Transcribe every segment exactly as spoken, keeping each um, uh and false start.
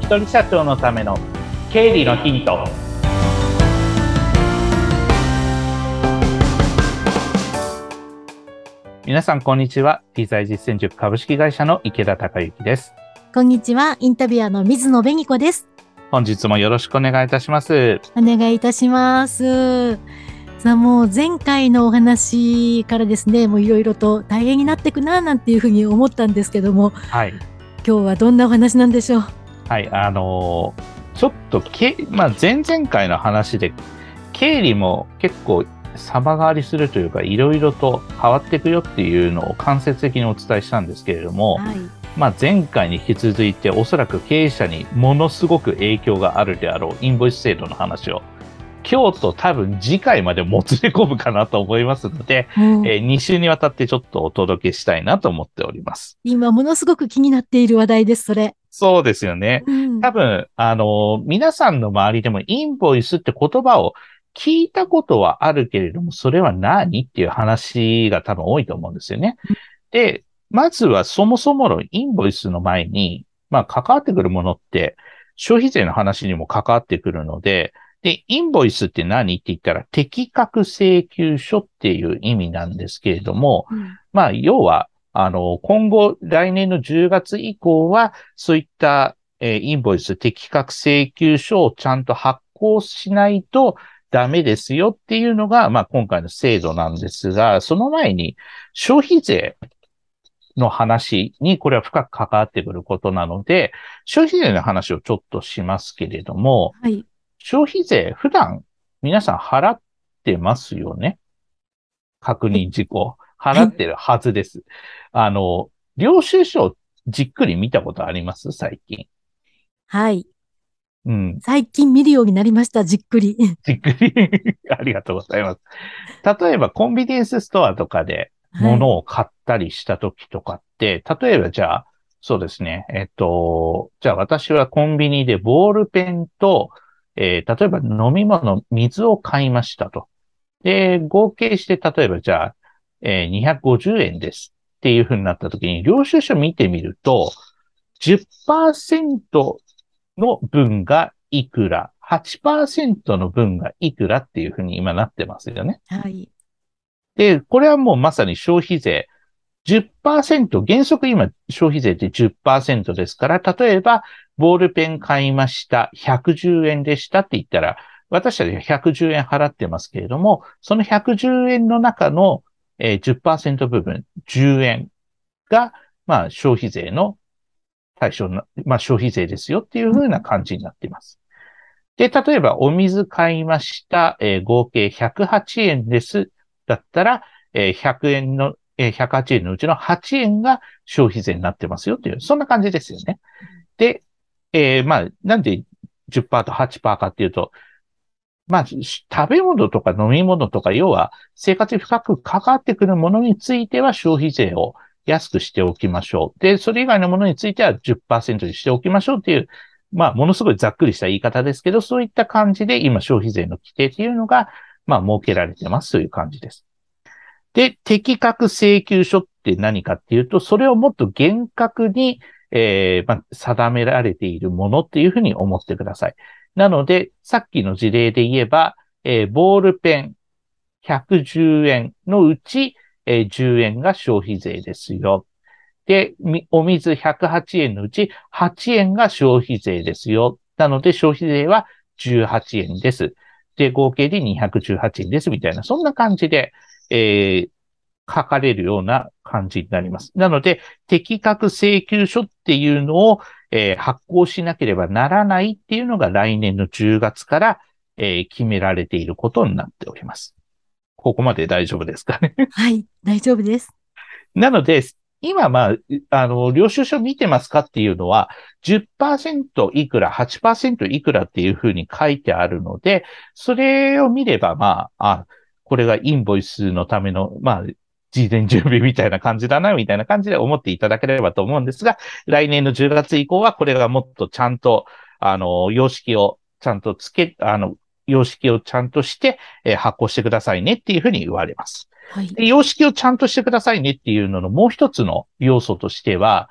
人社長のための経理のヒント。皆さんこんにちは。理財実践塾株式会社の池田孝之です。 こんにちは。インタビュアーの水野紅子です。 本日もよろしくお願いいたします。 お願いいたします。さあ、もう前回のお話からですね、もういろいろと大変になっていくななんていうふうに思ったんですけども、 はい。 今日はどんなお話なんでしょう。 はい、あのー、ちょっとけ、まあ、前々回の話で経理も結構様変わりするというか、いろいろと変わっていくよっていうのを間接的にお伝えしたんですけれども、 はい、 まあ、前回に引き続いておそらく経営者にものすごく影響があるであろうインボイス制度の話を今日と多分次回までもつれ込むかなと思いますので、えー、に週にわたってちょっとお届けしたいなと思っております。 今ものすごく気になっている話題です、それ。 そうですよね。うん、多分、あの、皆さんの周りでもインボイスって言葉を聞いたことはあるけれども、それは何っていう話が多分多いと思うんですよね。で、まずはそもそものインボイスの前に、まあ関わってくるものって消費税の話にも関わってくるので、で、インボイスって何って言ったら適格請求書っていう意味なんですけれども、うん、まあ要は、あの、今後来年のじゅうがつ以降はそういった、えー、インボイス適格請求書をちゃんと発行しないとダメですよっていうのが、まあ今回の制度なんですが、その前に消費税の話にこれは深く関わってくることなので、消費税の話をちょっとしますけれども、はい、消費税普段皆さん払ってますよね。確認事項。払ってるはずです。はい、あの、領収書じっくり見たことあります最近。 はい。 うん。 最近見るようになりました、じっくり。 じっくり。ありがとうございます。例えばコンビニエンスストアとかで物を買ったりした時とかって、はい、例えばじゃあ、そうですね。えっと、じゃあ私はコンビニでボールペンと、えー、例えば飲み物、水を買いましたと。で、合計して、例えばじゃあ、えー、にひゃくごじゅうえんですっていう風になった時に、領収書見てみると、じゅっパーセント の分がいくら、はちパーセント の分がいくらっていう風に今なってますよね。 はい。 で、これはもうまさに消費税。じゅっパーセント、原則今消費税って じゅっパーセント ですから、例えば、ボールペン買いました、ひゃくじゅうえんでしたって言ったら、私たちはひゃくじゅうえん払ってますけれども、そのひゃくじゅうえんの中の、えー、じゅっパーセント 部分、じゅうえんが、まあ消費税の対象の、まあ消費税ですよっていう風な感じになっています。で、例えばお水買いました、えー、合計ひゃくはちえんです。だったら、えー、ひゃくえんの、えー、ひゃくはちえんのうちのはちえんが消費税になってますよっていう、そんな感じですよね。で、えー、まあ、なんでじゅっパーセントと はちパーセント かっていうと、まあ、食べ物とか飲み物とか、要は生活に深く関わってくるものについては消費税を安くしておきましょう。で、それ以外のものについては じゅっパーセント にしておきましょうっていう、まあ、ものすごいざっくりした言い方ですけど、そういった感じで今消費税の規定っていうのが、まあ、設けられてますという感じです。で、適格請求書って何かっていうと、それをもっと厳格に、えーまあ、定められているものっていうふうに思ってください。なので、さっきの事例で言えば、えー、ボールペンひゃくじゅうえんのうち、えー、じゅうえんが消費税ですよ。で、お水ひゃくはちえんのうちはちえんが消費税ですよ。なので消費税はじゅうはちえんです。で、合計でにひゃくじゅうはちえんですみたいな、そんな感じで、えー、書かれるような感じになります。なので、適格請求書っていうのを、えー、発行しなければならないっていうのが来年のじゅうがつから、えー、決められていることになっております。ここまで大丈夫ですかね。 はい、大丈夫です。 なので、今、まあ、あの、領収書見てますかっていうのは、じゅっパーセント いくら、はちパーセント いくらっていうふうに書いてあるので、それを見れば、まあ、あ、これがインボイスのための、まあ、事前準備みたいな感じだな、みたいな感じで思っていただければと思うんですが、来年のじゅうがつ以降は、これがもっとちゃんと、あの、様式をちゃんとつけ、あの、様式をちゃんとして、えー、発行してくださいねっていうふうに言われます。はい、で様式をちゃんとしてくださいねっていうののもう一つの要素としては、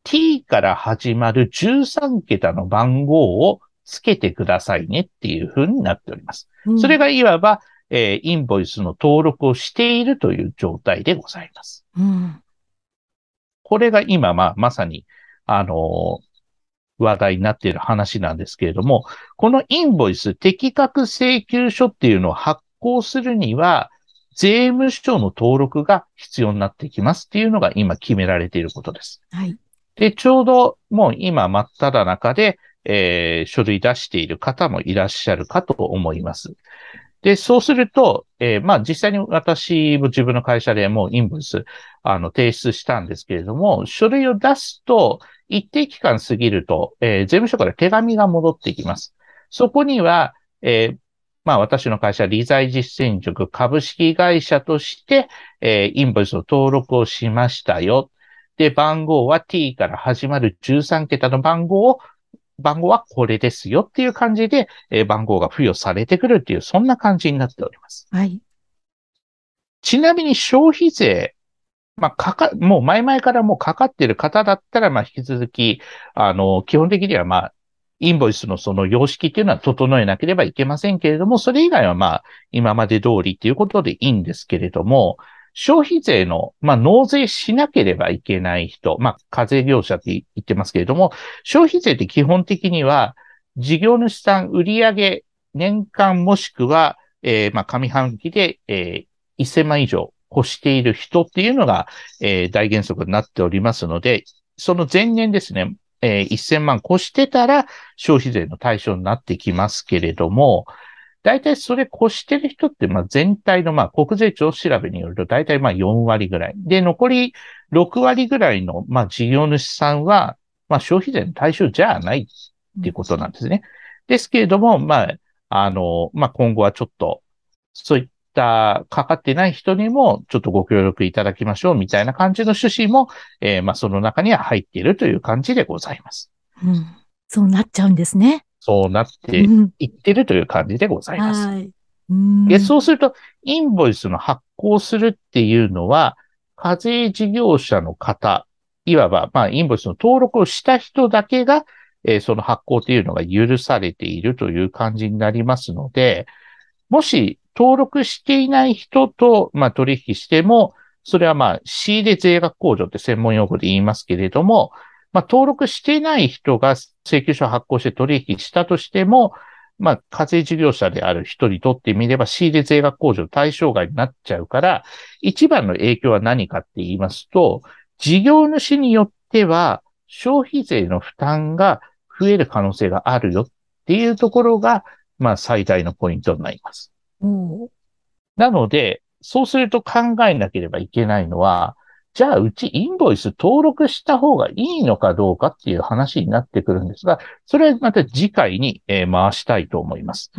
t から始まるじゅうさんけたの番号をつけてくださいねっていう風になっております。 うん、 それがいわば、えー、インボイスの登録をしているという状態でございます。 うん、 これが今、まあ、まさに、あのー話題になっている話なんですけれども、このインボイス適格請求書っていうのを発行するには、税務署の登録が必要になってきますっていうのが今決められていることです。 はい。 で、ちょうどもう今真っ只中で、えー書類出している方もいらっしゃるかと思います。で、そうすると、えーまあ実際に私も自分の会社でもうインボイス、あの、提出したんですけれども、書類を出すと、一定期間過ぎると、えー税務署から手紙が戻ってきます。そこには、えーまあ私の会社、理財実践塾株式会社として、えーインボイスの登録をしましたよ。で、番号は t から始まるじゅうさんけたの番号を番号はこれですよっていう感じで、えー番号が付与されてくるっていう、そんな感じになっております。 はい。 ちなみに消費税、まあ、かか、もう前々からもうかかっている方だったら、まあ、引き続き、あの、基本的には、まあ、インボイスのその様式っていうのは整えなければいけませんけれども、それ以外はまあ、今まで通りっていうことでいいんですけれども、消費税の、まあ、納税しなければいけない人、まあ、課税業者って言ってますけれども、消費税って基本的には、事業主さん売上年間もしくは、えーまあ、上半期で、えー、せんまん以上越している人っていうのが、えー大原則になっておりますので、その前年ですね、えーせんまん越してたら消費税の対象になってきますけれども、大体それ越してる人って、まあ全体の、まあ国税庁調べによると大体まあよんわりぐらい。で、残りろくわりぐらいの、まあ事業主さんは、まあ消費税の対象じゃないっていうことなんですね。ですけれども、まあ、あの、まあ今後はちょっと、そういったかかってない人にもちょっとご協力いただきましょうみたいな感じの趣旨も、えーまあその中には入っているという感じでございます。 うん。そうなっちゃうんですね。 そうなってうん。 いってるという感じでございます。 はい。うで、 ん。 そうすると、インボイスの発行するっていうのは、課税事業者の方、いわば、まあ、インボイスの登録をした人だけが、えーその発行っていうのが許されているという感じになりますので、もし登録していない人と、まあ、取引しても、それはまあ、仕入れ税額控除って専門用語で言いますけれども、まあ、登録していない人が請求書を発行して取引したとしても、まあ、課税事業者である人にとってみれば、仕入れ税額控除対象外になっちゃうから、一番の影響は何かって言いますと、事業主によっては、消費税の負担が増える可能性があるよっていうところが、まあ、最大のポイントになります。 おー。 なので、そうすると考えなければいけないのは、じゃあ、うちインボイス登録した方がいいのかどうかっていう話になってくるんですが、それはまた次回に、えー回したいと思います。 うん。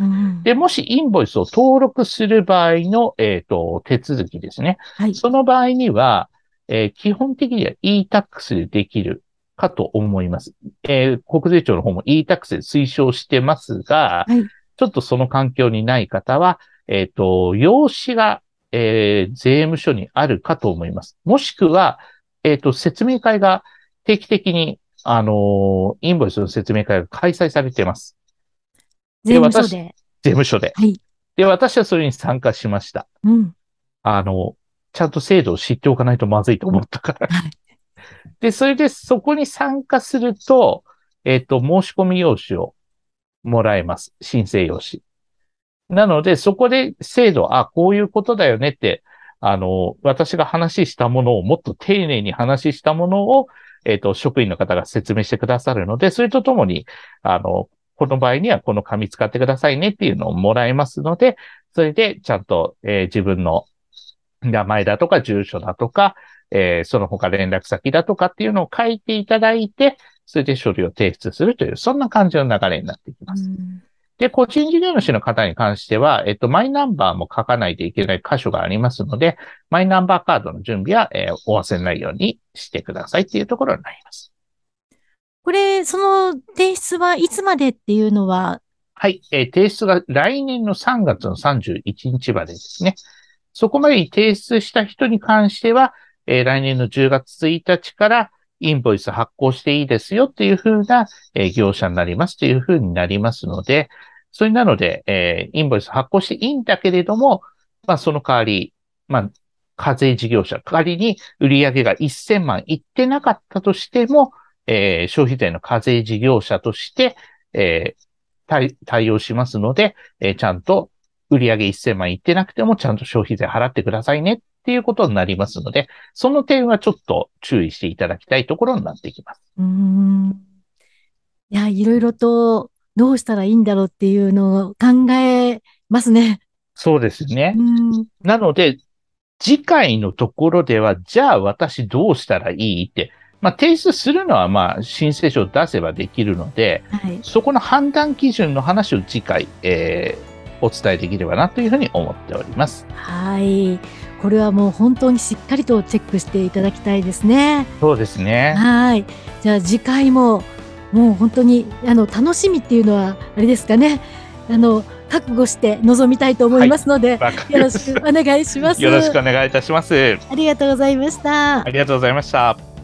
で、もしインボイスを登録する場合の、えっと、手続きですね。 はい。 その場合には、えー基本的には e-タックス でできるかと思います。えー国税庁の方も e-タックス で推奨してますが、 はい。 ちょっとその環境にない方は、えっと、用紙が、えー税務署にあるかと思います。もしくは、えっと、説明会が定期的に、あのーインボイスの説明会が開催されています。 税で、私、 務署で。 税務署で。 はい。 で、私はそれに参加しました。 うん。 あの、ちゃんと制度を知っておかないとまずいと思ったから。 はい。 で、それでそこに参加すると、えっと、申し込み用紙をもらえます。申請用紙。なので、そこで制度、あ、こういうことだよねって、あの、私が話したものをもっと丁寧に話したものを、えっと、職員の方が説明してくださるので、それとともに、あの、この場合にはこの紙使ってくださいねっていうのをもらえますので、それでちゃんと、えー自分の名前だとか住所だとか、えーその他連絡先だとかっていうのを書いていただいて、それで書類を提出するという、そんな感じの流れになっていきうます。 ん。 で、個人事業主の方に関しては、えっと、マイナンバーも書かないといけない箇所がありますので、マイナンバーカードの準備は、えーお忘れないようにしてくださいっていうところになります。 これ、その提出はいつまでっていうのは、 はい、えー提出が来年のさんがつのさんじゅういちにちまでですね。そこまでに提出した人に関しては、えー来年のじゅうがつついたちから、 インボイス発行していいですよっていうふうな、えー業者になりますというふうになりますので、それなので、えーインボイス発行していいんだけれども、まあその代わり、まあ課税事業者、仮に売上がせんまんいってなかったとしても、えー消費税の課税事業者として、えー対対応しますので、えーちゃんと売上せんまんいってなくてもちゃんと消費税払ってくださいねっていうことになりますので、その点はちょっと注意していただきたいところになってきます。 うーん。いや、いろいろとどうしたらいいんだろうっていうのを考えますね。 そうですうね。 ん。 なので、次回のところでは、じゃあ私どうしたらいいって、まあ提出するのはまあ申請書を出せばできるので、 はい。 そこの判断基準の話を次回、えーお伝えできればなというふうに思っております。 はい。これはもう本当にしっかりとチェックしていただきたいですね。 そうですね。 はい。じゃあ次回ももう本当にあの楽しみっていうのはあれですかね。あの覚悟して臨みたいと思いますので、 わかりよろました。 しくお願いします。 よろしくお願いいたします。 ありがとうございました。 ありがとうございました。